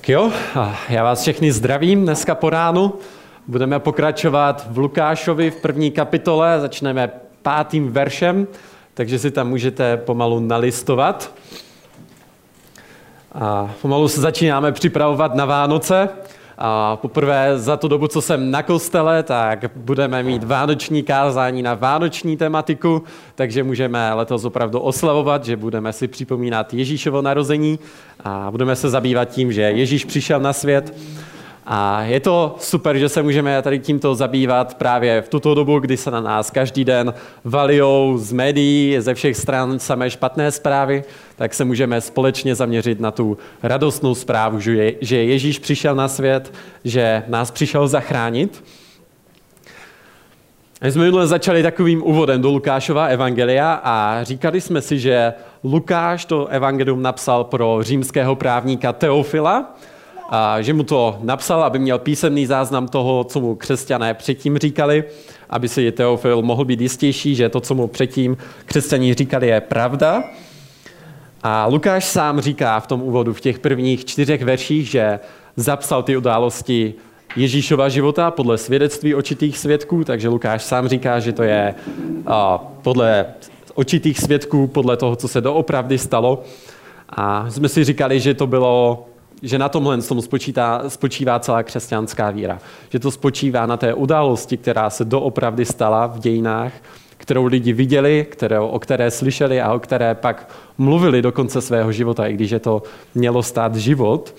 Tak jo, já vás všechny zdravím dneska po ránu. Budeme pokračovat v Lukášovi v 1. kapitole, začneme 5. veršem, takže si tam můžete pomalu nalistovat. A pomalu se začínáme připravovat na Vánoce. A poprvé za tu dobu, co jsem na kostele, tak budeme mít vánoční kázání na vánoční tematiku, takže můžeme letos opravdu oslavovat, že budeme si připomínat Ježíšovo narození a budeme se zabývat tím, že Ježíš přišel na svět. A je to super, že se můžeme tady tímto zabývat právě v tuto dobu, kdy se na nás každý den valijou z médií, ze všech stran samé špatné zprávy, tak se můžeme společně zaměřit na tu radostnou zprávu, že Ježíš přišel na svět, že nás přišel zachránit. My jsme minule začali takovým úvodem do Lukášova evangelia a říkali jsme si, že Lukáš to evangelium napsal pro římského právníka Teofila, a že mu to napsal, aby měl písemný záznam toho, co mu křesťané předtím říkali, aby si Teofil mohl být jistější, že to, co mu předtím křesťané říkali, je pravda. A Lukáš sám říká v tom úvodu, v těch prvních 4 verších, že zapsal ty události Ježíšova života podle svědectví očitých svědků, takže Lukáš sám říká, že to je podle očitých svědků, podle toho, co se doopravdy stalo. A jsme si říkali, že to bylo, že na tomhle spočívá celá křesťanská víra. Že to spočívá na té události, která se doopravdy stala v dějinách, kterou lidi viděli, o které slyšeli a o které pak mluvili do konce svého života, i když je to mělo stát život.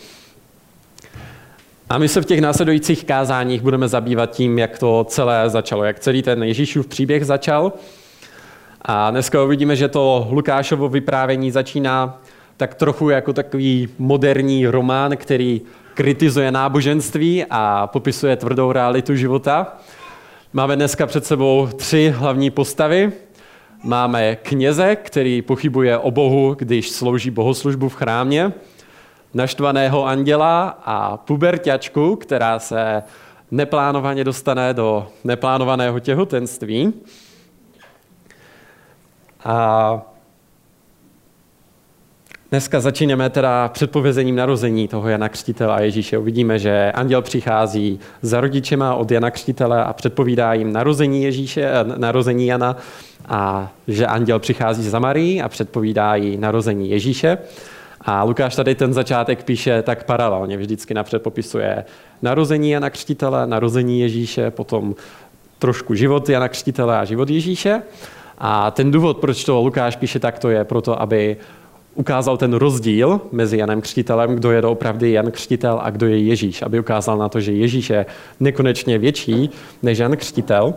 A my se v těch následujících kázáních budeme zabývat tím, jak to celé začalo, jak celý ten Ježíšův příběh začal. A dneska uvidíme, že to Lukášovo vyprávění začíná tak trochu jako takový moderní román, který kritizuje náboženství a popisuje tvrdou realitu života. Máme dneska před sebou 3 hlavní postavy. Máme kněze, který pochybuje o Bohu, když slouží bohoslužbu v chrámě, naštvaného anděla a puberťačku, která se neplánovaně dostane do neplánovaného těhotenství. A dneska začínáme teda předpovězením narození toho Jana Křtitele a Ježíše. Uvidíme, že anděl přichází za rodičema od Jana Křtitele a předpovídá jim narození Jana a že anděl přichází za Marii a předpovídá jí narození Ježíše. A Lukáš tady ten začátek píše tak paralelně. Vždycky napřed popisuje narození Jana Křtitele, narození Ježíše, potom trošku život Jana Křtitele a život Ježíše. A ten důvod, proč to Lukáš píše takto, je proto, aby ukázal ten rozdíl mezi Janem Křtitelem, kdo je doopravdy Jan Křtitel a kdo je Ježíš. Aby ukázal na to, že Ježíš je nekonečně větší než Jan Křtitel.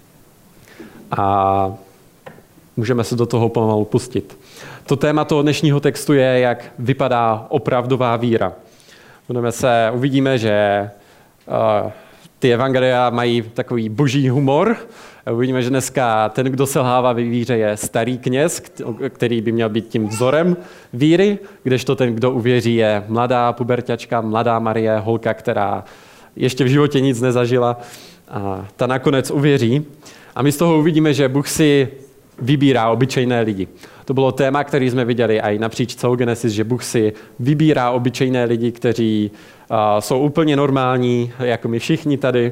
A můžeme se do toho pomalu pustit. To téma toho dnešního textu je, jak vypadá opravdová víra. Uvidíme, že ty evangelia mají takový boží humor. Uvidíme, že dneska ten, kdo selhává ve víře, je starý kněz, který by měl být tím vzorem víry, kdežto ten, kdo uvěří, je mladá puberťačka, mladá Marie, holka, která ještě v životě nic nezažila. A ta nakonec uvěří. A my z toho uvidíme, že Bůh si vybírá obyčejné lidi. To bylo téma, který jsme viděli i napříč celou Genesis, že Bůh si vybírá obyčejné lidi, kteří jsou úplně normální, jako my všichni tady.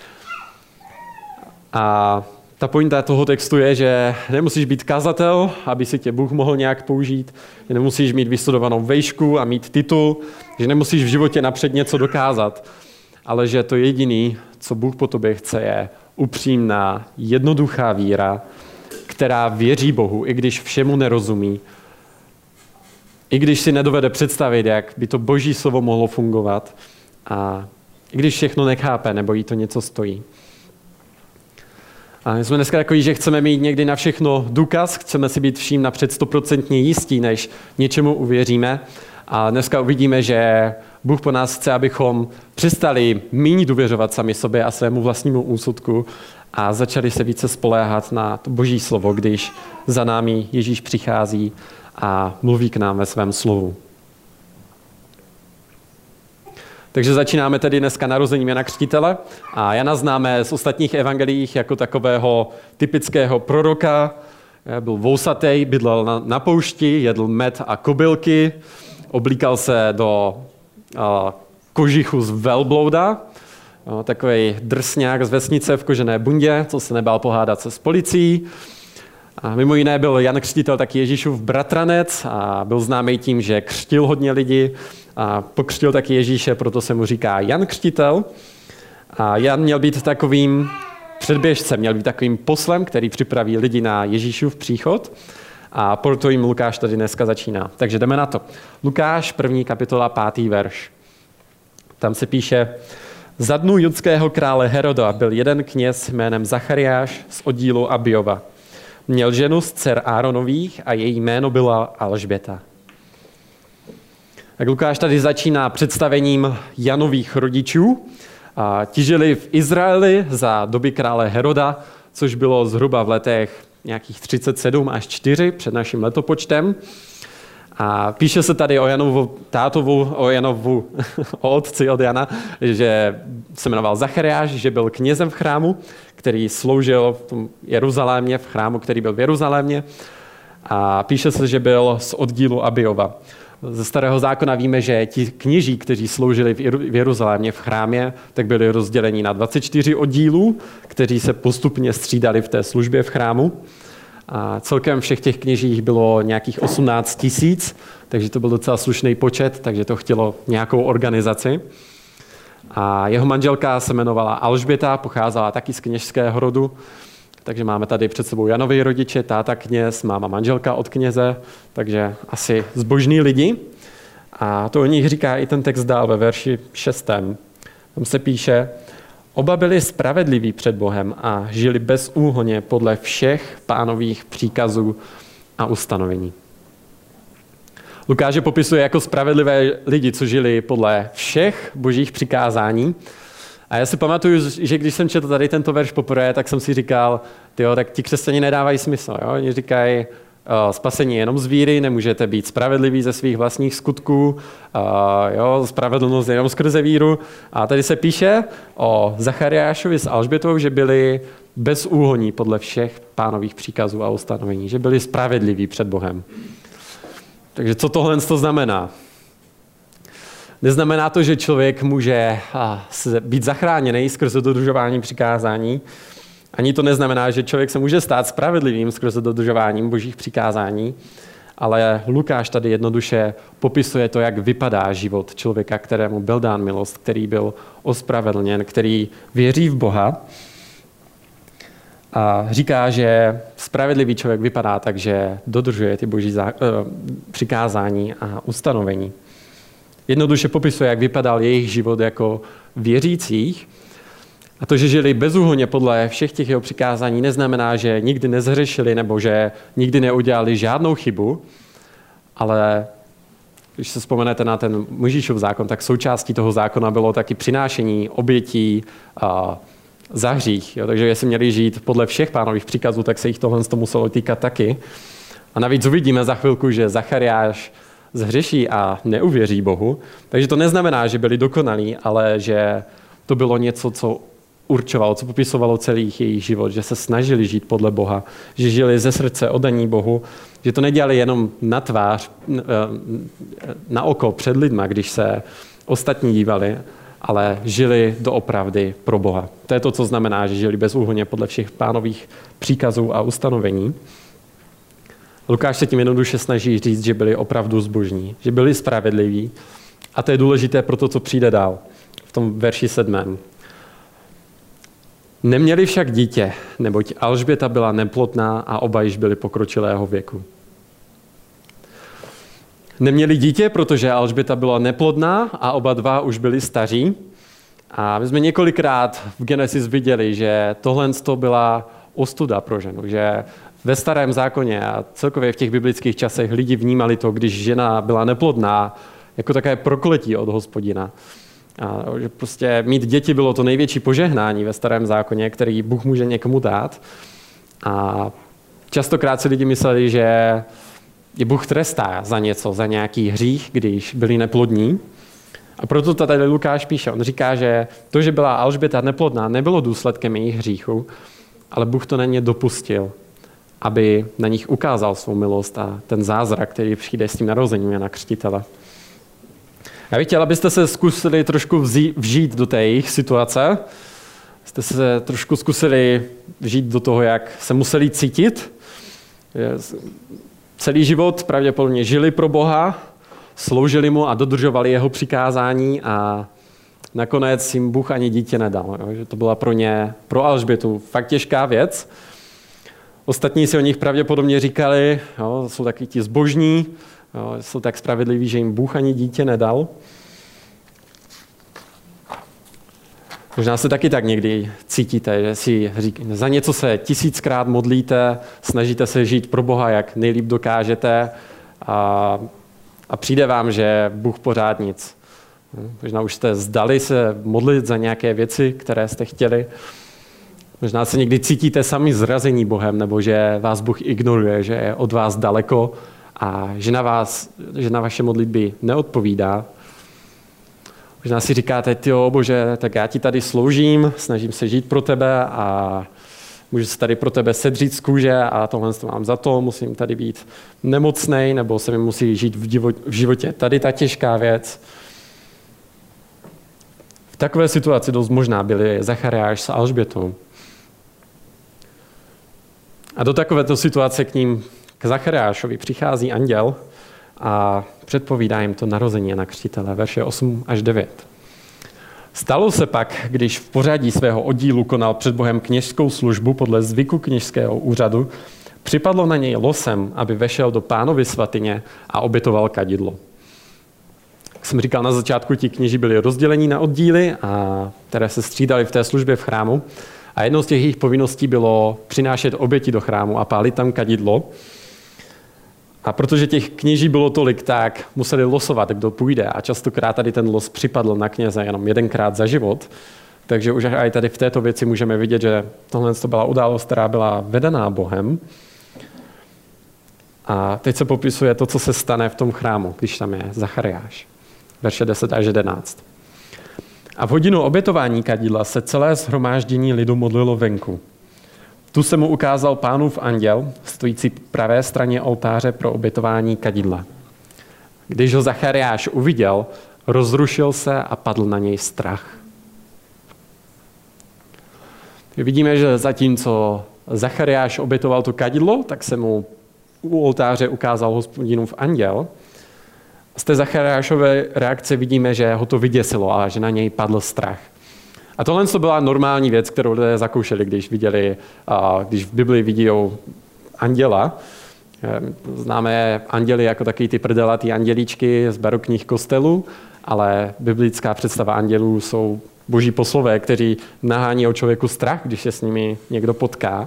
A ta pointa toho textu je, že nemusíš být kazatel, aby si tě Bůh mohl nějak použít, že nemusíš mít vystudovanou vejšku a mít titul, že nemusíš v životě napřed něco dokázat, ale že to jediný, co Bůh po tobě chce, je upřímná, jednoduchá víra, která věří Bohu, i když všemu nerozumí, i když si nedovede představit, jak by to boží slovo mohlo fungovat a i když všechno nechápe, nebo jí to něco stojí. A my jsme dneska takový, že chceme mít někdy na všechno důkaz, chceme si být vším napřed 100% jistí, než něčemu uvěříme. A dneska uvidíme, že Bůh po nás chce, abychom přestali méně důvěřovat sami sobě a svému vlastnímu úsudku a začali se více spoléhat na to boží slovo, když za námi Ježíš přichází a mluví k nám ve svém slovu. Takže začínáme tedy dneska narozením Jana Křtitele a Jana známe z ostatních evangeliích jako takového typického proroka. Byl vousatý, bydlel na poušti, jedl med a kobylky, oblíkal se do kožichu z velblouda, takový drsňák z vesnice v kožené bundě, co se nebál pohádat se s policií. A mimo jiné byl Jan Křtitel taky Ježíšův bratranec a byl známý tím, že křtil hodně lidí a pokřtil taky Ježíše, proto se mu říká Jan Křtitel. A Jan měl být takovým předběžcem, měl být takovým poslem, který připraví lidi na Ježíšův příchod. A proto jim Lukáš tady dneska začíná. Takže jdeme na to. Lukáš, 1. kapitola, 5. verš. Tam se píše: Za dnů judského krále Heroda byl jeden kněz jménem Zachariáš z oddílu Abiova. Měl ženu z dcer Áronových a její jméno byla Alžběta. Tak Lukáš tady začíná představením Janových rodičů. A ti žili v Izraeli za doby krále Heroda, což bylo zhruba v letech nějakých 37 až 4 před naším letopočtem. A píše se tady o Janovu tátovu, o otci od Jana, že se jmenoval Zachariáš, že byl knězem v chrámu, který sloužil v tom Jeruzalémě, v chrámu, který byl v Jeruzalémě. A píše se, že byl z oddílu Abiova. Ze Starého zákona víme, že ti kněží, kteří sloužili v Jeruzalémě v chrámě, tak byli rozděleni na 24 oddílů, kteří se postupně střídali v té službě v chrámu. A celkem všech těch kněžích bylo nějakých 18 000, takže to byl docela slušný počet, takže to chtělo nějakou organizaci. A jeho manželka se jmenovala Alžběta, pocházela taky z kněžského rodu, takže máme tady před sebou Janovi rodiče, táta kněz, máma manželka od kněze, takže asi zbožní lidi. A to o nich říká i ten text dál ve verši 6. Tam se píše: Oba byli spravedliví před Bohem a žili bezúhonně podle všech Pánových příkazů a ustanovení. Lukáš je popisuje jako spravedlivé lidi, co žili podle všech božích přikázání. A já si pamatuju, že když jsem četl tady tento verš poprvé, tak jsem si říkal, tak ti křesťani nedávají smysl. Jo? Oni říkají, spasení jenom z víry, nemůžete být spravedliví ze svých vlastních skutků, spravedlnost jenom skrze víru. A tady se píše o Zachariášovi s Alžbětou, že byli bezúhonní podle všech Pánových příkazů a ustanovení, že byli spravedliví před Bohem. Takže co tohle to znamená? Neznamená to, že člověk může být zachráněný skrze dodržování přikázání. Ani to neznamená, že člověk se může stát spravedlivým skrze dodržováním božích přikázání, ale Lukáš tady jednoduše popisuje to, jak vypadá život člověka, kterému byl dán milost, který byl ospravedlněn, který věří v Boha. A říká, že spravedlivý člověk vypadá tak, že dodržuje ty boží přikázání a ustanovení. Jednoduše popisuje, jak vypadal jejich život jako věřících. A to, že žili bezúhonně podle všech těch jeho přikázání, neznamená, že nikdy nezhřešili nebo že nikdy neudělali žádnou chybu, ale když se vzpomenete na ten Mojžíšův zákon, tak součástí toho zákona bylo taky přinášení obětí za hřích. Jo? Takže jestli měli žít podle všech Pánových příkazů, tak se jich tohle muselo týkat taky. A navíc uvidíme za chvilku, že Zachariáš zhřeší a neuvěří Bohu. Takže to neznamená, že byli dokonalí, ale že to bylo něco, co určovalo, co popisovalo celý jejich život, že se snažili žít podle Boha, že žili ze srdce oddaní Bohu, že to nedělali jenom na tvář, na oko před lidma, když se ostatní dívali, ale žili doopravdy pro Boha. To je to, co znamená, že žili bezúhonně podle všech Pánových příkazů a ustanovení. Lukáš se tím jednoduše snaží říct, že byli opravdu zbožní, že byli spravedliví. A to je důležité pro to, co přijde dál. V tom verši 7. Neměli však dítě, neboť Alžběta byla neplodná a oba již byli pokročilého věku. Neměli dítě, protože Alžběta byla neplodná a oba dva už byli staří. A my jsme několikrát v Genesis viděli, že tohle byla ostuda pro ženu, že ve Starém zákoně a celkově v těch biblických časech lidi vnímali to, když žena byla neplodná, jako takové prokletí od Hospodina. A že prostě mít děti bylo to největší požehnání ve Starém zákoně, který Bůh může někomu dát. A častokrát si lidi mysleli, že je Bůh trestá za něco, za nějaký hřích, když byli neplodní. A proto to tady Lukáš píše. On říká, že to, že byla Alžběta neplodná, nebylo důsledkem jejich hříchu, ale Bůh to na ně dopustil, aby na nich ukázal svou milost a ten zázrak, který přijde s tím narozením Jana Křtitele. Já bych chtěl, abyste se zkusili trošku vžít do té jejich situace. Jste se trošku zkusili vžít do toho, jak se museli cítit. Celý život pravděpodobně žili pro Boha, sloužili mu a dodržovali jeho přikázání a nakonec jim Bůh ani dítě nedal. Že to byla pro Alžbětu fakt těžká věc. Ostatní si o nich pravděpodobně říkali, jsou taky ti zbožní, jsou tak spravedliví, že jim Bůh ani dítě nedal. Možná se taky tak někdy cítíte, že si za něco se 1000krát modlíte, snažíte se žít pro Boha, jak nejlíp dokážete a přijde vám, že Bůh pořád nic. Možná už jste zdali se modlit za nějaké věci, které jste chtěli. Možná se někdy cítíte sami zrazení Bohem, nebo že vás Bůh ignoruje, že je od vás daleko a že na vaše modlitby neodpovídá. Možná si říkáte, Bože, tak já ti tady sloužím, snažím se žít pro tebe a můžu se tady pro tebe sedřít z kůže a tohle mám za to, musím tady být nemocnej, nebo se mi musí žít v životě tady ta těžká věc. V takové situaci dost možná byli Zachariáš s Alžbětou. A do takovéto situace k Zachariášovi přichází anděl a předpovídá jim to narození Jana Křtitele, verše 8 až 9. Stalo se pak, když v pořadí svého oddílu konal před Bohem kněžskou službu podle zvyku kněžského úřadu, připadlo na něj losem, aby vešel do Pánovy svatyně a obětoval kadidlo. Jak jsem říkal na začátku, ti kněži byli rozdělení na oddíly, které se střídali v té službě v chrámu. A jednou z těch jejich povinností bylo přinášet oběti do chrámu a pálit tam kadidlo. A protože těch kněží bylo tolik, tak museli losovat, kdo půjde. A častokrát tady ten los připadl na kněze jenom jedenkrát za život. Takže už i tady v této věci můžeme vidět, že tohle byla událost, která byla vedená Bohem. A teď se popisuje to, co se stane v tom chrámu, když tam je Zachariáš. Verše 10 až 11. A v hodinu obětování kadidla se celé shromáždění lidu modlilo venku. Tu se mu ukázal Pánův anděl, stojící v pravé straně oltáře pro obětování kadidla. Když ho Zachariáš uviděl, rozrušil se a padl na něj strach. Vidíme, že zatímco Zachariáš obětoval to kadidlo, tak se mu u oltáře ukázal Hospodinův anděl. Z té Zachariášové reakce vidíme, že ho to vyděsilo a že na něj padl strach. A tohle byla normální věc, kterou lidé zakoušeli, když v Biblii vidí anděla. Známe anděly jako takový ty prdelatý andělíčky z barokních kostelů, ale biblická představa andělů jsou boží poslové, kteří nahání o člověku strach, když se s nimi někdo potká.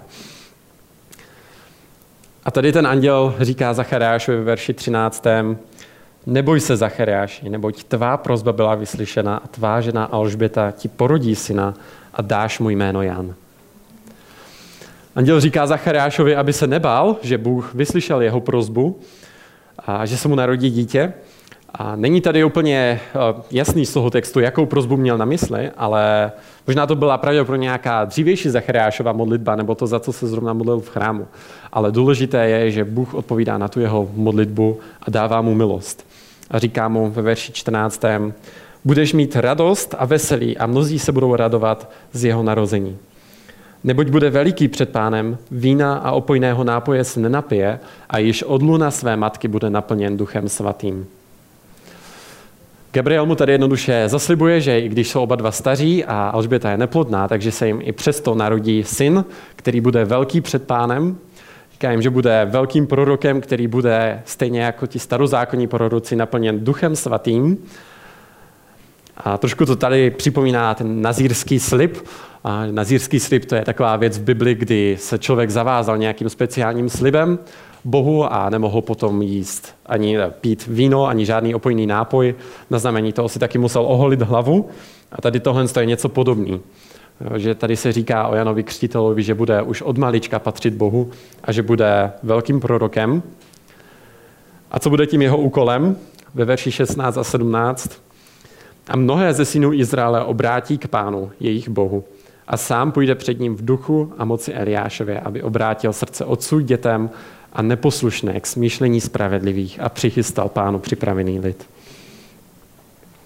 A tady ten anděl říká Zachariášovi ve verši 13. Neboj se, Zachariáši, neboť tvá prosba byla vyslyšena a tvá žena Alžběta ti porodí syna a dáš mu jméno Jan. Anděl říká Zachariášovi, aby se nebál, že Bůh vyslyšel jeho prosbu a že se mu narodí dítě. A není tady úplně jasný z toho textu, jakou prosbu měl na mysli, ale možná to byla pravděpodobně nějaká dřívější Zachariášova modlitba, nebo to, za co se zrovna modlil v chrámu. Ale důležité je, že Bůh odpovídá na tu jeho modlitbu a dává mu milost. A říká mu ve verši 14. Budeš mít radost a veselí a mnozí se budou radovat z jeho narození. Neboť bude veliký před Pánem, vína a opojného nápoje se nenapije a již od luna své matky bude naplněn Duchem svatým. Gabriel mu tady jednoduše zaslibuje, že i když jsou oba dva staří a Alžběta je neplodná, takže se jim i přesto narodí syn, který bude velký před Pánem. Říká jim, že bude velkým prorokem, který bude stejně jako ti starozákonní proroci naplněn Duchem svatým. A trošku to tady připomíná ten nazírský slib. A nazírský slib to je taková věc v Bibli, kdy se člověk zavázal nějakým speciálním slibem Bohu a nemohl potom jíst ani pít víno, ani žádný opojný nápoj. Na znamení toho si taky musel oholit hlavu. A tady tohle je něco podobný. Že tady se říká o Janovi Křtitelovi, že bude už od malička patřit Bohu a že bude velkým prorokem. A co bude tím jeho úkolem? Ve verši 16 a 17. A mnohé ze synů Izraele obrátí k Pánu, jejich Bohu. A sám půjde před ním v duchu a moci Eliášově, aby obrátil srdce otců dětem a neposlušné k smýšlení spravedlivých a přichystal Pánu připravený lid.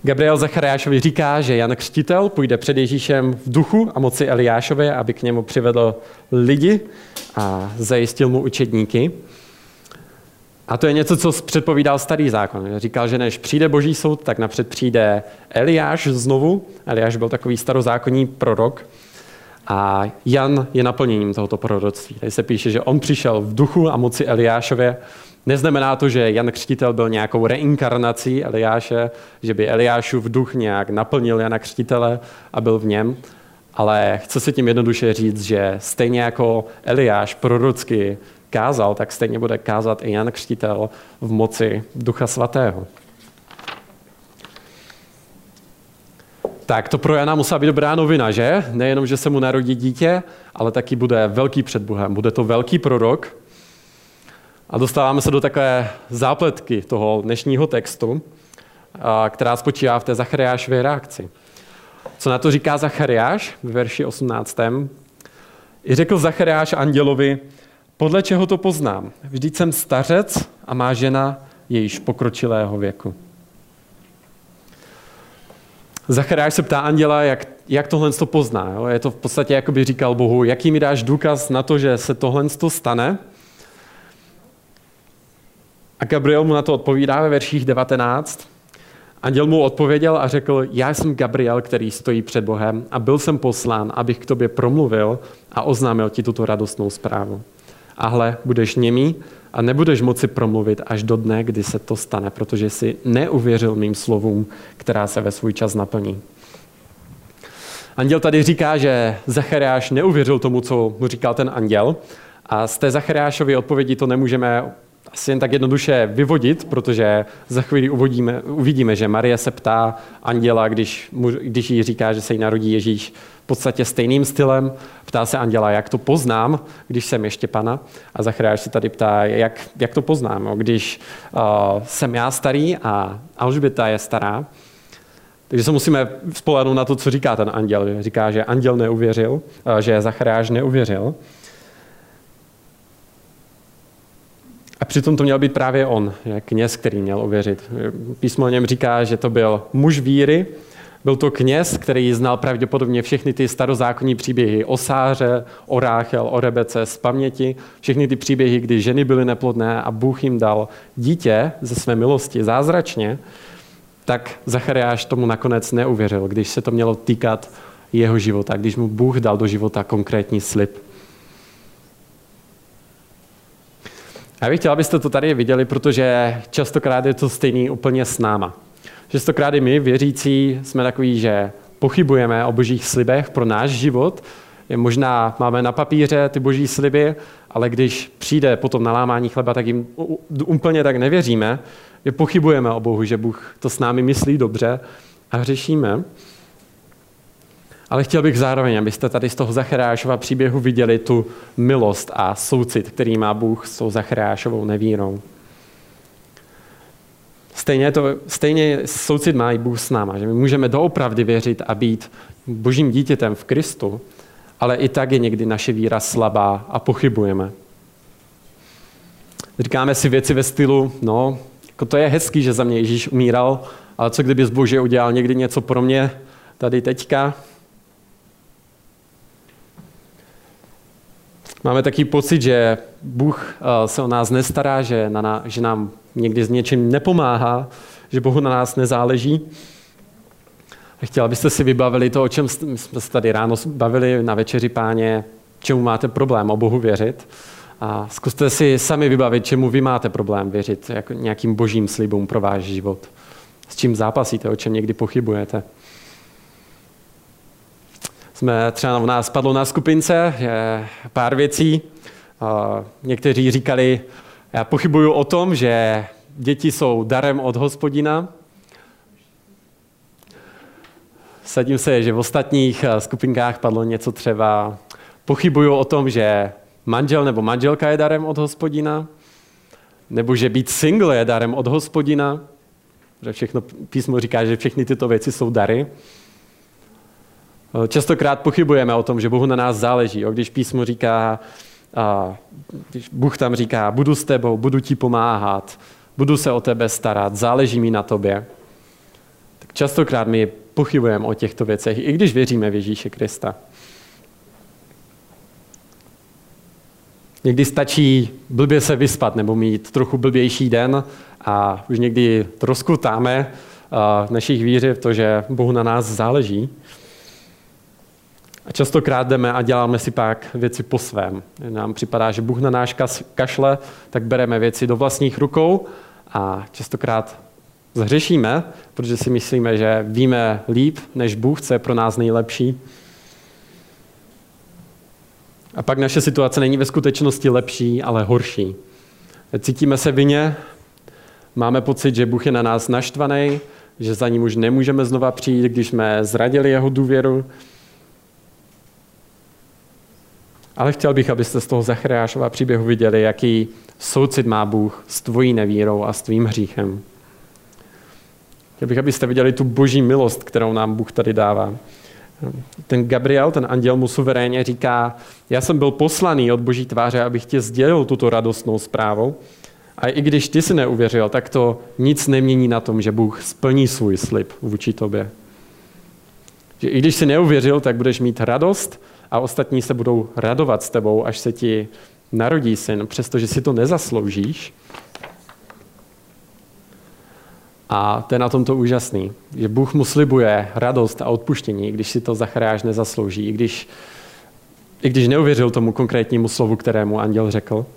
Gabriel Zachariášovi říká, že Jan Křtitel půjde před Ježíšem v duchu a moci Eliášově, aby k němu přivedl lidi a zajistil mu učedníky. A to je něco, co předpovídal Starý zákon. Říkal, že než přijde Boží soud, tak napřed přijde Eliáš znovu. Eliáš byl takový starozákonní prorok. A Jan je naplněním tohoto proroctví. Tady se píše, že on přišel v duchu a moci Eliášově. Neznamená to, že Jan Křtitel byl nějakou reinkarnací Eliáše, že by Eliášův duch nějak naplnil Jana Křtitele a byl v něm. Ale chce se tím jednoduše říct, že stejně jako Eliáš prorocky kázal, tak stejně bude kázat i Jan Křtitel v moci Ducha Svatého. Tak to pro Jana musela být dobrá novina, že? Nejenom, že se mu narodí dítě, ale taky bude velký před Bohem. Bude to velký prorok. A dostáváme se do takové zápletky toho dnešního textu, která spočívá v té Zachariášově reakci. Co na to říká Zachariáš v verši 18. I řekl Zachariáš andělovi, podle čeho to poznám? Vždyť jsem stařec a má žena jejíž pokročilého věku. Zachariáš se ptá anděla, jak tohle to pozná. Jo? Je to v podstatě, jako by říkal Bohu, jaký mi dáš důkaz na to, že se tohle stane? A Gabriel mu na to odpovídá ve verších 19. Anděl mu odpověděl a řekl, já jsem Gabriel, který stojí před Bohem a byl jsem poslán, abych k tobě promluvil a oznámil ti tuto radostnou zprávu. A hle, budeš němý a nebudeš moci promluvit až do dne, kdy se to stane, protože jsi neuvěřil mým slovům, která se ve svůj čas naplní. Anděl tady říká, že Zachariáš neuvěřil tomu, co mu říkal ten anděl. A z té Zachariášovy odpovědi to nemůžeme asi jen tak jednoduše vyvodit, protože za chvíli uvidíme, že Marie se ptá anděla, když jí říká, že se jí narodí Ježíš v podstatě stejným stylem. Ptá se anděla, jak to poznám, když jsem ještě pana. A Zachariáš se tady ptá, jak to poznám, když jsem já starý a Alžběta je stará. Takže se musíme spolehnout na to, co říká ten anděl. Říká, že anděl neuvěřil, že Zachariáš neuvěřil. A přitom to měl být právě on, kněz, který měl uvěřit. Písmo o něm říká, že to byl muž víry, byl to kněz, který znal pravděpodobně všechny ty starozákonní příběhy o Sáře, o Ráchel, o Rebece z paměti, všechny ty příběhy, kdy ženy byly neplodné a Bůh jim dal dítě ze své milosti zázračně, tak Zachariáš tomu nakonec neuvěřil, když se to mělo týkat jeho života, když mu Bůh dal do života konkrétní slib. Já bych chtěl, abyste to tady viděli, protože častokrát je to stejný úplně s náma. Častokrát i my, věřící, jsme takový, že pochybujeme o božích slibech pro náš život. Možná máme na papíře ty boží sliby, ale když přijde potom na lámání chleba, tak jim úplně tak nevěříme. Že pochybujeme o Bohu, že Bůh to s námi myslí dobře a hřešíme. Ale chtěl bych zároveň, abyste tady z toho Zachariášova příběhu viděli tu milost a soucit, který má Bůh s tou Zachariášovou nevírou. Stejně soucit má i Bůh s náma, že my můžeme doopravdy věřit a být božím dítětem v Kristu, ale i tak je někdy naše víra slabá a pochybujeme. Říkáme si věci ve stylu, no, jako to je hezký, že za mě Ježíš umíral, ale co kdyby Bože udělal někdy něco pro mě tady teďka? Máme taky pocit, že Bůh se o nás nestará, že nám někdy s něčím nepomáhá, že Bohu na nás nezáleží. A chtěl byste si vybavili to, o čem jsme se tady ráno bavili na večeři Páně, čemu máte problém o Bohu věřit. A zkuste si sami vybavit, čemu vy máte problém věřit, jako nějakým božím slibům pro váš život. S čím zápasíte, o čem někdy pochybujete. Třeba u nás padlo na skupince pár věcí. Někteří říkali, já pochybuju o tom, že děti jsou darem od Hospodina. Sadím se, že v ostatních skupinkách padlo něco třeba, pochybuju o tom, že manžel nebo manželka je darem od Hospodina, nebo že být single je darem od Hospodina, že všechno písmo říká, že všechny tyto věci jsou dary. Častokrát pochybujeme o tom, že Bohu na nás záleží. Když písmo říká, když Bůh tam říká, budu s tebou, budu ti pomáhat, budu se o tebe starat, záleží mi na tobě. Tak Častokrát my pochybujeme o těchto věcech, i když věříme v Ježíše Krista. Někdy stačí blbě se vyspat nebo mít trochu blbější den a už někdy rozkutáme v našich víře v to, že Bohu na nás záleží. A častokrát jdeme a děláme si pak věci po svém. Nám připadá, že Bůh na náš kašle, tak bereme věci do vlastních rukou a častokrát zhřešíme, protože si myslíme, že víme líp, než Bůh, co je pro nás nejlepší. A pak naše situace není ve skutečnosti lepší, ale horší. Cítíme se vinně, máme pocit, že Bůh je na nás naštvaný, že za ním už nemůžeme znova přijít, když jsme zradili jeho důvěru. Ale chtěl bych, abyste z toho Zachariášova příběhu viděli, jaký soucit má Bůh s tvojí nevírou a s tvým hříchem. Chtěl bych, abyste viděli tu boží milost, kterou nám Bůh tady dává. Ten Gabriel, ten anděl mu suverénně říká, já jsem byl poslaný od boží tváře, abych ti sdělil tuto radostnou zprávu. A i když ty si neuvěřil, tak to nic nemění na tom, že Bůh splní svůj slib vůči tobě. Že i když si neuvěřil, tak budeš mít radost a ostatní se budou radovat s tebou, až se ti narodí syn, přestože si to nezasloužíš. A to je na tomto úžasný, že Bůh mu slibuje radost a odpuštění, když si to Zachariáš nezaslouží, i když neuvěřil tomu konkrétnímu slovu, kterému anděl řekl.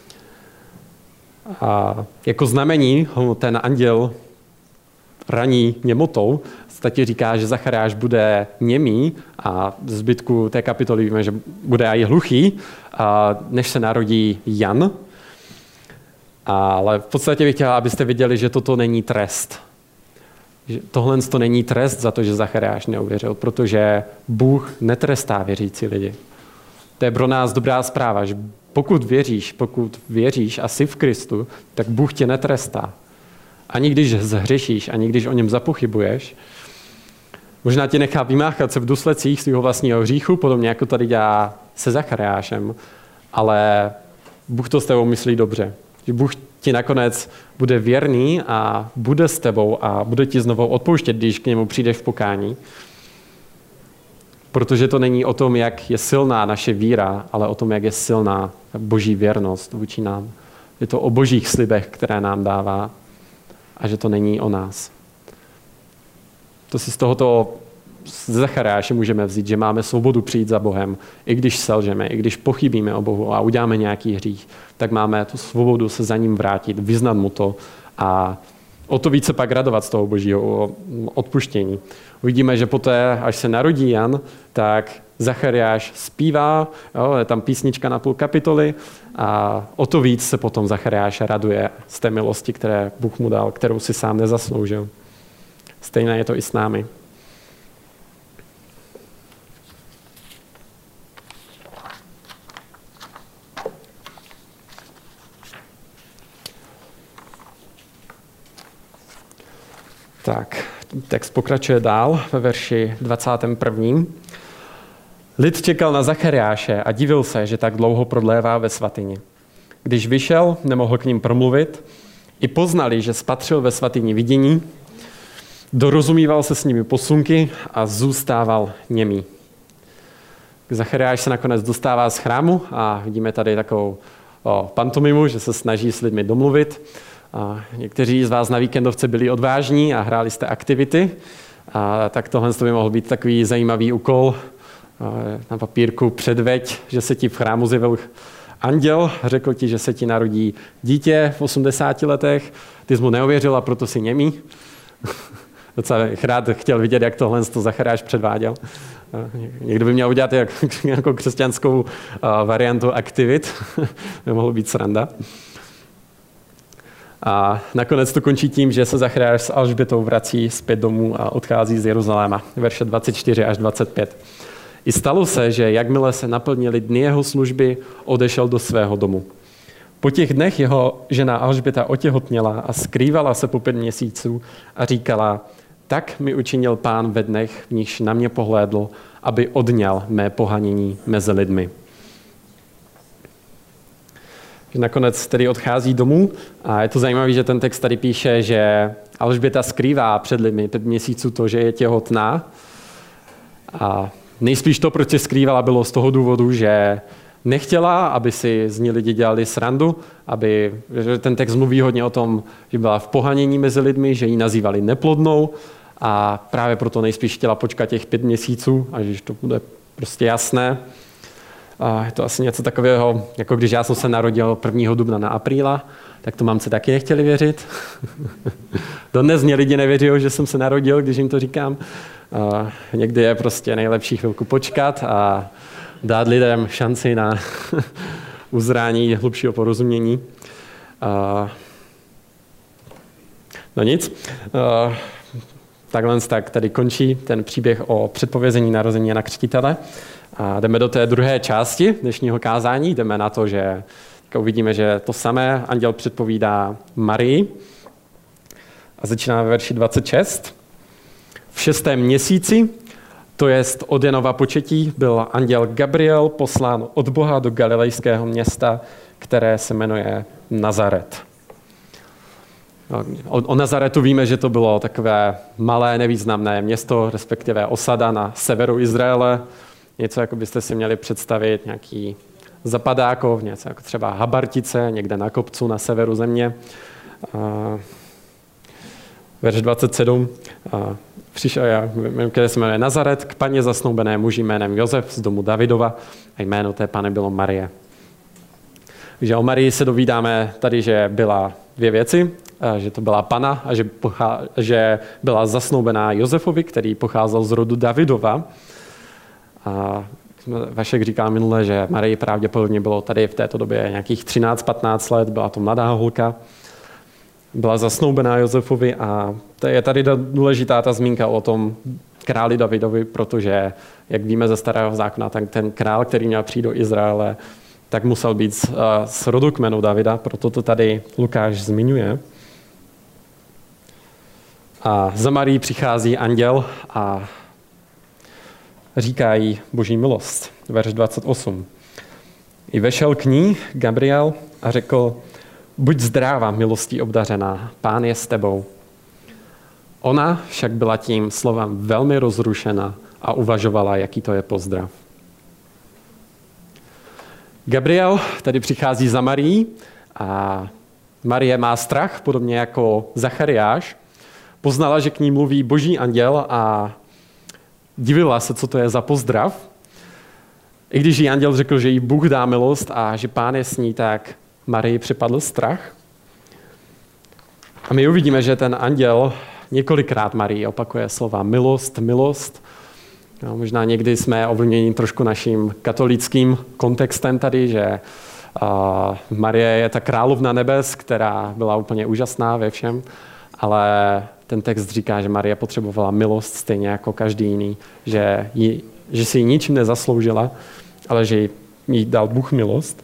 A jako znamení ten anděl raní němotou, taky říká, že Zachariáš bude němý a v zbytku té kapitoly víme, že bude i hluchý, než se narodí Jan. Ale v podstatě bych chtěla, abyste viděli, že toto není trest. Že tohle to není trest za to, že Zachariáš neuvěřil, protože Bůh netrestá věřící lidi. To je pro nás dobrá zpráva, že pokud věříš a jsi v Kristu, tak Bůh tě netrestá. Ani když zhřešíš, ani když o něm zapochybuješ. Možná tě nechá vymáchat se v důsledcích svého vlastního hříchu, podobně jako tady dělá se Zachariášem, ale Bůh to s tebou myslí dobře. Že Bůh ti nakonec bude věrný a bude s tebou a bude ti znovu odpouštět, když k němu přijdeš v pokání. Protože to není o tom, jak je silná naše víra, ale o tom, jak je silná boží věrnost vůči nám. Je to o božích slibech, které nám dává a že to není o nás. To si z tohoto Zachariáše můžeme vzít, že máme svobodu přijít za Bohem, i když selžeme, i když pochybíme o Bohu a uděláme nějaký hřích, tak máme tu svobodu se za ním vrátit, vyznat mu to a o to více pak radovat z toho božího odpuštění. Uvidíme, že poté, až se narodí Jan, tak Zachariáš zpívá, je tam písnička na půl kapitoly a o to víc se potom Zachariáš raduje z té milosti, které Bůh mu dal, kterou si sám nezasloužil. Stejné je to i s námi. Tak, text pokračuje dál ve verši 21. Lid čekal na Zachariáše a divil se, že tak dlouho prodlévá ve svatyni. Když vyšel, nemohl k ním promluvit, i poznali, že spatřil ve svatyni vidění, dorozumíval se s nimi posunky a zůstával němý. Zachariáš se nakonec dostává z chrámu a vidíme tady takovou pantomimu, že se snaží s lidmi domluvit. A někteří z vás na víkendovce byli odvážní a hráli jste aktivity, tak tohle by mohl být takový zajímavý úkol. Na papírku předveď, že se ti v chrámu zjevil anděl, řekl ti, že se ti narodí dítě v 80 letech, ty jsi mu neuvěřil a proto si němý. Docela bych rád chtěl vidět, jak tohle Zachariáš předváděl. Někdo by měl udělat jako křesťanskou variantu aktivit, by mohlo být sranda. A nakonec to končí tím, že se Zachariáš s Alžbětou vrací zpět domů a odchází z Jeruzaléma. Verše 24 až 25. I stalo se, že jakmile se naplnili dny jeho služby, odešel do svého domu. Po těch dnech jeho žena Alžběta otěhotněla a skrývala se po 5 měsíců a říkala, tak mi učinil Pán ve dnech, v nichž na mě pohlédl, aby odňal mé pohanění mezi lidmi. že nakonec tedy odchází domů a je to zajímavé, že ten text tady píše, že Alžběta skrývá před lidmi 5 měsíců to, že je těhotná. A nejspíš to, proč se skrývala, bylo z toho důvodu, že nechtěla, aby si z ní lidi dělali srandu, že ten text mluví hodně o tom, že byla v pohanění mezi lidmi, že ji nazývali neplodnou a právě proto nejspíš chtěla počkat těch 5 měsíců, až to bude prostě jasné. A je to asi něco takového, jako když já jsem se narodil 1. dubna na apríla, tak to mamce taky nechtěli věřit. Dodnes mě lidi nevěří, že jsem se narodil, když jim to říkám. Někdy je prostě nejlepší chvilku počkat a dát lidem šanci na uzrání hlubšího porozumění. No nic. Takhle tak tady končí ten příběh o předpovězení narození Jana Křtitele. A jdeme do té druhé části dnešního kázání. Jdeme na to, že uvidíme, že to samé anděl předpovídá Marii. A začínáme ve verši 26. V 6. měsíci, to jest od Janova početí, byl anděl Gabriel poslán od Boha do galilejského města, které se jmenuje Nazaret. O Nazaretu víme, že to bylo takové malé, nevýznamné město, respektive osada na severu Izraele. Něco, jako byste si měli představit, nějaký Zapadákov, něco jako třeba Habartice, někde na kopcu na severu země. Verš 27. Přišel, které se jmenuje Nazaret, k paně zasnoubené muži jménem Josef z domu Davidova a jméno té panny bylo Marie. Takže o Marii se dovídáme tady, že byla 2 věci, že to byla pana a že byla zasnoubená Josefovi, který pocházel z rodu Davidova. A Vašek říkal minule, že Marii pravděpodobně bylo tady v této době nějakých 13-15 let, byla to mladá holka. Byla zasnoubená Josefovi a je tady důležitá ta zmínka o tom králi Davidovi, protože, jak víme ze Starého zákona, tak ten král, který měl přijít do Izraele, tak musel být z rodu kmenu Davida, proto to tady Lukáš zmiňuje. A za Marii přichází anděl a říká jí Boží milost. Verš 28. I vešel k ní Gabriel a řekl: Buď zdráva, milostí obdařená, Pán je s tebou. Ona však byla tím slovem velmi rozrušena a uvažovala, jaký to je pozdrav. Gabriel tady přichází za Marií a Marie má strach, podobně jako Zachariáš. Poznala, že k ní mluví Boží anděl a divila se, co to je za pozdrav. I když jí anděl řekl, že jí Bůh dá milost a že Pán je s ní, tak Marii připadl strach. A my uvidíme, že ten anděl několikrát Marii opakuje slova milost, milost. No, možná někdy jsme ovlivněni trošku naším katolickým kontextem tady, že Marie je ta královna nebes, která byla úplně úžasná ve všem, ale ten text říká, že Marie potřebovala milost stejně jako každý jiný, že si ji ničím nezasloužila, ale že jí dal Bůh milost.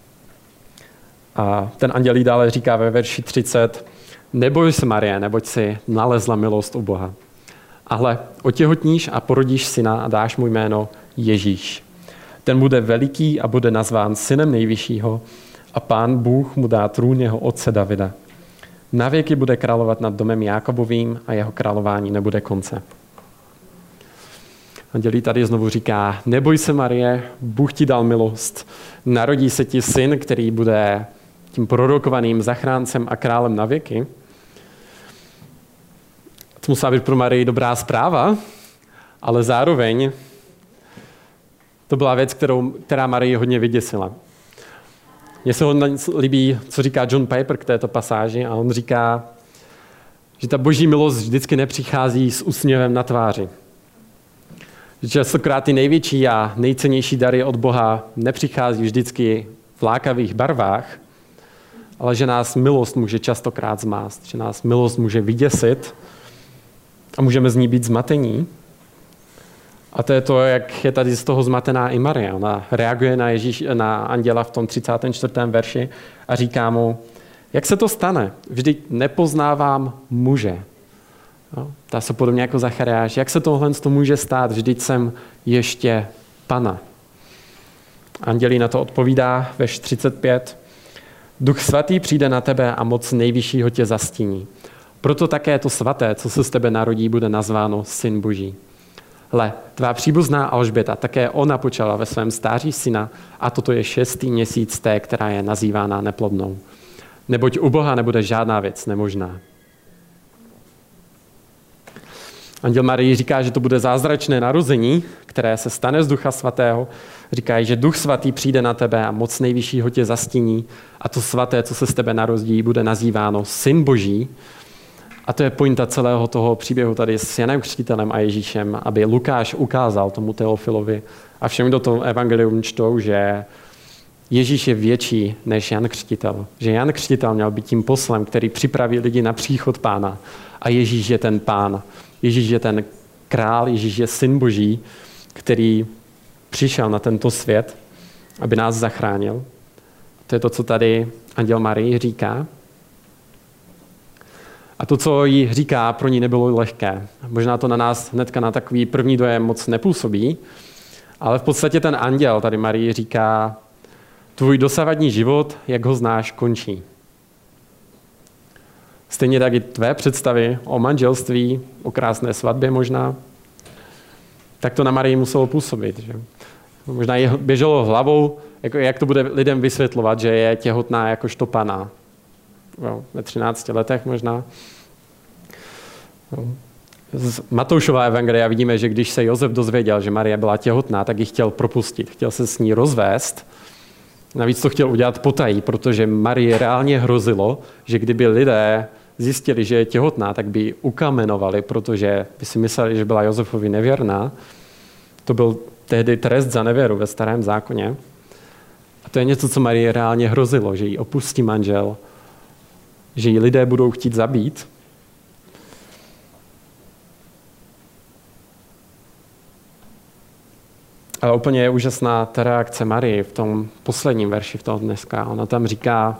A ten anděl jí dále říká ve verši 30, neboj se, Marie, neboť si nalezla milost u Boha. Ale otěhotníš a porodíš syna a dáš mu jméno Ježíš. Ten bude veliký a bude nazván synem nejvyššího a Pán Bůh mu dá trůn jeho otce Davida. Navěky bude královat nad domem Jákobovým a jeho králování nebude konce. Anděl tady znovu říká, neboj se, Marie, Bůh ti dal milost. Narodí se ti syn, který bude tím prorokovaným zachráncem a králem na věky. To musela být pro Marii dobrá zpráva, ale zároveň to byla věc, která Marii hodně vyděsila. Mně se hodně líbí, co říká John Piper k této pasáži a on říká, že ta boží milost vždycky nepřichází s úsměvem na tváři. Že častokrát ty největší a nejcennější dary od Boha nepřichází vždycky v lákavých barvách, ale že nás milost může častokrát zmást, že nás milost může vyděsit a můžeme z ní být zmatení. A to je to, jak je tady z toho zmatená i Marie. Ona reaguje na anděla v tom 34. verši a říká mu, jak se to stane? Vždyť nepoznávám muže. No, ta se podobně jako Zachariáš. Jak se tohle může stát? Vždyť jsem ještě pana. Anděl na to odpovídá, verš 35. Duch svatý přijde na tebe a moc nejvyššího tě zastíní. Proto také to svaté, co se z tebe narodí, bude nazváno Syn Boží. Hle, tvá příbuzná Alžběta, také ona počala ve svém stáří syna a toto je 6. měsíc té, která je nazývána neplodnou. Neboť u Boha nebude žádná věc nemožná. Anděl Marii říká, že to bude zázračné narození, které se stane z Ducha svatého. Říká, že Duch svatý přijde na tebe a moc nejvyššího tě zastíní a to svaté, co se z tebe narodí, bude nazýváno Syn Boží. A to je pointa celého toho příběhu tady s Janem Křtitelem a Ježíšem, aby Lukáš ukázal tomu Teofilovi a všem, kdo to evangelium čtou, že Ježíš je větší než Jan Křtitel. Že Jan Křtitel měl být tím poslem, který připraví lidi na příchod Pána. A Ježíš je ten Pán. Ježíš je ten král, Ježíš je Syn Boží, který přišel na tento svět, aby nás zachránil. To je to, co tady anděl Marii říká. A to, co jí říká, pro ní nebylo lehké. Možná to na nás hnedka na takový první dojem moc nepůsobí, ale v podstatě ten anděl tady Marii říká, tvůj dosavadní život, jak ho znáš, končí. Stejně tak i tvé představy o manželství, o krásné svatbě možná, tak to na Marii muselo působit. Že? Možná jí běželo hlavou, jak to bude lidem vysvětlovat, že je těhotná jakožto pana. Ve 13 letech možná. Z Matoušova evangelia vidíme, že když se Josef dozvěděl, že Marie byla těhotná, tak ji chtěl propustit, chtěl se s ní rozvést. Navíc to chtěl udělat potají, protože Marii reálně hrozilo, že kdyby lidé zjistili, že je těhotná, tak by ji ukamenovali, protože by si mysleli, že byla Josefovi nevěrná. To byl tehdy trest za nevěru ve Starém zákoně. A to je něco, co Marii reálně hrozilo, že ji opustí manžel, že ji lidé budou chtít zabít. Ale úplně je úžasná ta reakce Marie v tom posledním verši v toho dneska. Ona tam říká,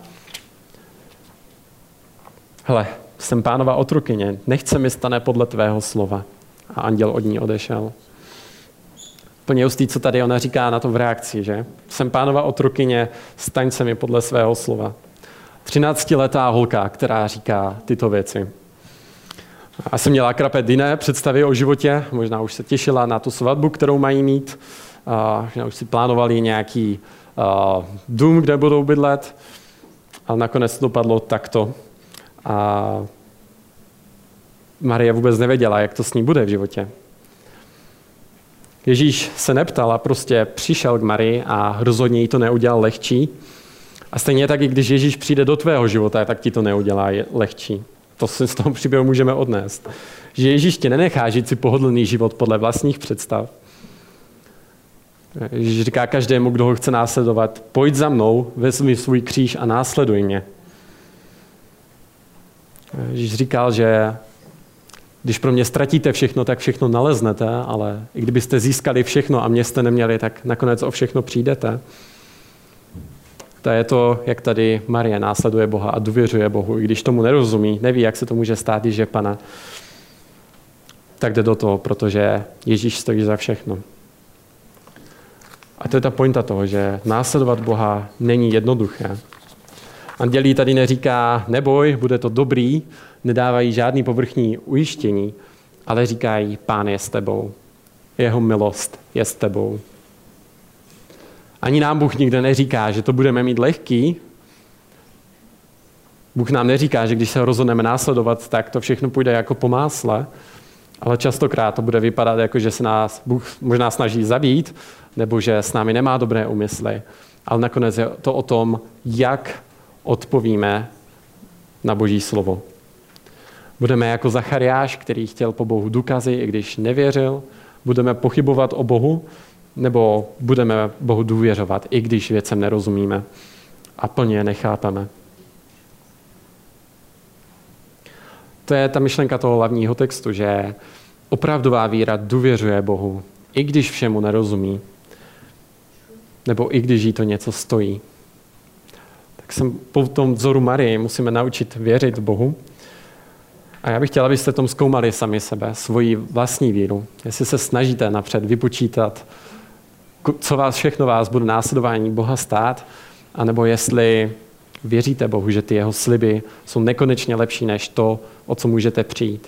hele, jsem Pánova otrokyně, nechce mi stane podle tvého slova. A anděl od ní odešel. Úplně hustý, co tady ona říká na to v reakci, že? Jsem Pánova otrokyně, staň se mi podle svého slova. 13letá holka, která říká tyto věci. Asi měla krapet jiné představy o životě, možná už se těšila na tu svatbu, kterou mají mít, možná už si plánovali nějaký dům, kde budou bydlet, ale nakonec to dopadlo takto. A Marie vůbec nevěděla, jak to s ní bude v životě. Ježíš se neptal a prostě přišel k Marii a rozhodně jí to neudělal lehčí. A stejně tak, i když Ježíš přijde do tvého života, tak ti to neudělá lehčí. To si z toho příběhu můžeme odnést. Že Ježíš tě nenechá žít si pohodlný život podle vlastních představ. Ježíš říká každému, kdo ho chce následovat, pojď za mnou, vezmi svůj kříž a následuj mě. Ježíš říkal, že když pro mě ztratíte všechno, tak všechno naleznete, ale i kdybyste získali všechno a mě jste neměli, tak nakonec o všechno přijdete. To je to, jak tady Marie následuje Boha a důvěřuje Bohu. I když tomu nerozumí, neví, jak se to může stát, když je Pana, tak jde do toho, protože Ježíš stojí za všechno. A to je ta pointa toho, že následovat Boha není jednoduché. Andělí tady neříká, neboj, bude to dobrý, nedávají žádný povrchní ujištění, ale říkají, Pán je s tebou, jeho milost je s tebou. Ani nám Bůh nikde neříká, že to budeme mít lehký. Bůh nám neříká, že když se rozhodneme následovat, tak to všechno půjde jako po másle, ale častokrát to bude vypadat jako, že se nás Bůh možná snaží zabít, nebo že s námi nemá dobré úmysly. Ale nakonec je to o tom, jak odpovíme na Boží slovo. Budeme jako Zachariáš, který chtěl po Bohu důkazy, i když nevěřil. Budeme pochybovat o Bohu, nebo budeme Bohu důvěřovat, i když věcem nerozumíme a plně je nechápeme. To je ta myšlenka toho hlavního textu, že opravdová víra důvěřuje Bohu, i když všemu nerozumí, nebo i když jí to něco stojí. Tak se po tom vzoru Marie musíme naučit věřit Bohu. A já bych chtěla, abyste tom zkoumali sami sebe, svoji vlastní víru. Jestli se snažíte napřed vypočítat, co všechno vás bude následování Boha stát, anebo jestli Věříte Bohu, že ty jeho sliby jsou nekonečně lepší než to, o co můžete přijít.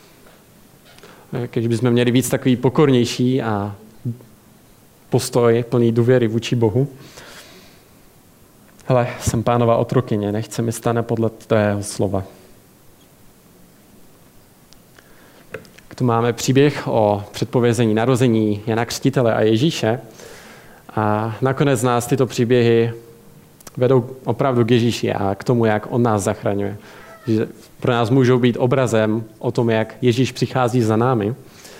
Když bychom měli víc takový pokornější a postoj plný důvěry vůči Bohu. Hele, jsem Pánova otrokyně, nechce mi stane podle tvého slova. Tu máme příběh o předpovězení narození Jana Křtitele a Ježíše. A nakonec nás tyto příběhy vedou opravdu k Ježíši a k tomu, jak on nás zachraňuje. Že pro nás můžou být obrazem o tom, jak Ježíš přichází za námi.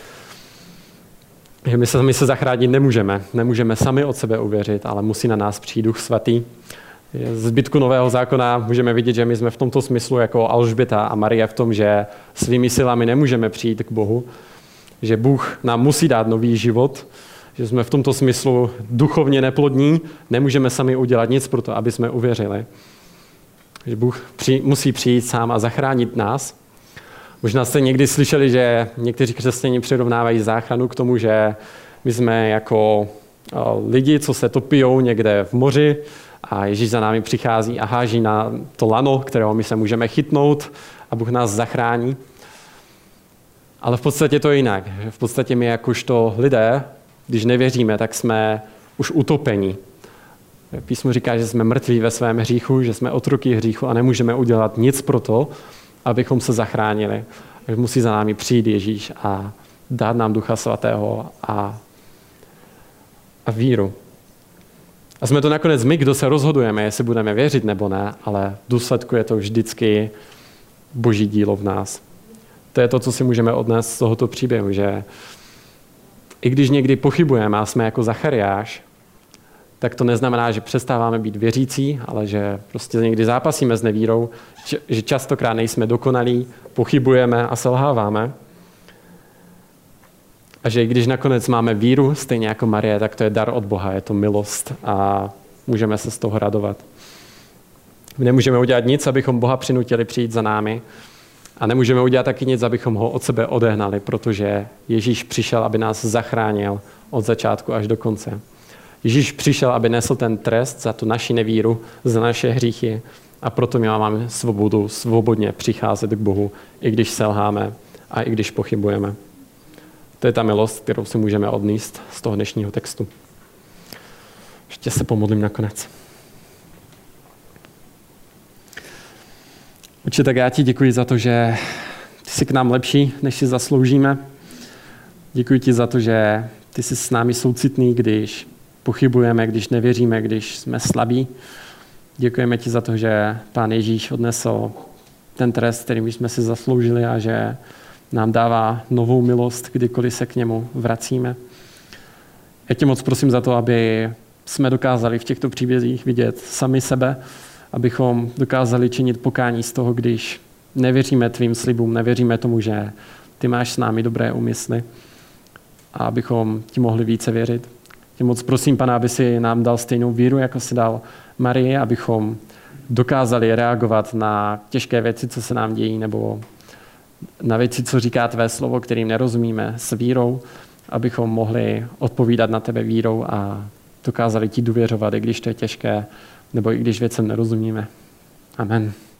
Že my se zachránit nemůžeme. Nemůžeme sami od sebe uvěřit, ale musí na nás přijít Duch Svatý. Z zbytku Nového zákona můžeme vidět, že my jsme v tomto smyslu jako Alžběta a Marie v tom, že svými silami nemůžeme přijít k Bohu, že Bůh nám musí dát nový život, že jsme v tomto smyslu duchovně neplodní, nemůžeme sami udělat nic pro to, aby jsme uvěřili. Že Bůh musí přijít sám a zachránit nás. Možná jste někdy slyšeli, že někteří křesťané přirovnávají záchranu k tomu, že my jsme jako lidi, co se topijou někde v moři a Ježíš za námi přichází a háží na to lano, kterého my se můžeme chytnout a Bůh nás zachrání. Ale v podstatě to je jinak. V podstatě my jakožto lidé, když nevěříme, tak jsme už utopení. Písmo říká, že jsme mrtví ve svém hříchu, že jsme otroky hříchu a nemůžeme udělat nic pro to, abychom se zachránili. Takže musí za námi přijít Ježíš a dát nám Ducha Svatého a víru. A jsme to nakonec my, kdo se rozhodujeme, jestli budeme věřit nebo ne, ale v důsledku je to vždycky Boží dílo v nás. To je to, co si můžeme odnést z tohoto příběhu, že i když někdy pochybujeme a jsme jako Zachariáš, tak to neznamená, že přestáváme být věřící, ale že prostě někdy zápasíme s nevírou, že častokrát nejsme dokonalí, pochybujeme a selháváme. A že i když nakonec máme víru, stejně jako Marie, tak to je dar od Boha, je to milost a můžeme se z toho radovat. My nemůžeme udělat nic, abychom Boha přinutili přijít za námi a nemůžeme udělat taky nic, abychom ho od sebe odehnali, protože Ježíš přišel, aby nás zachránil od začátku až do konce. Ježíš přišel, aby nesl ten trest za tu naši nevíru, za naše hříchy a proto my máme svobodu svobodně přicházet k Bohu, i když selháme a i když pochybujeme. To je ta milost, kterou si můžeme odníst z toho dnešního textu. Ještě se pomodlím nakonec. Otče, tak já ti děkuji za to, že ty jsi k nám lepší, než si zasloužíme. Děkuji ti za to, že ty jsi s námi soucitný, když pochybujeme, když nevěříme, když jsme slabí. Děkujeme ti za to, že Pán Ježíš odnesl ten trest, který jsme si zasloužili a že nám dává novou milost, kdykoliv se k němu vracíme. Já tě moc prosím za to, aby jsme dokázali v těchto příbězích vidět sami sebe, abychom dokázali činit pokání z toho, když nevěříme tvým slibům, nevěříme tomu, že ty máš s námi dobré úmysly a abychom ti mohli více věřit. Tě moc prosím, Pane, aby si nám dal stejnou víru, jako si dal Marii, abychom dokázali reagovat na těžké věci, co se nám dějí, nebo na věci, co říká tvé slovo, kterým nerozumíme, s vírou, abychom mohli odpovídat na tebe vírou a dokázali ti důvěřovat, i když to je těžké, nebo i když věcem nerozumíme. Amen.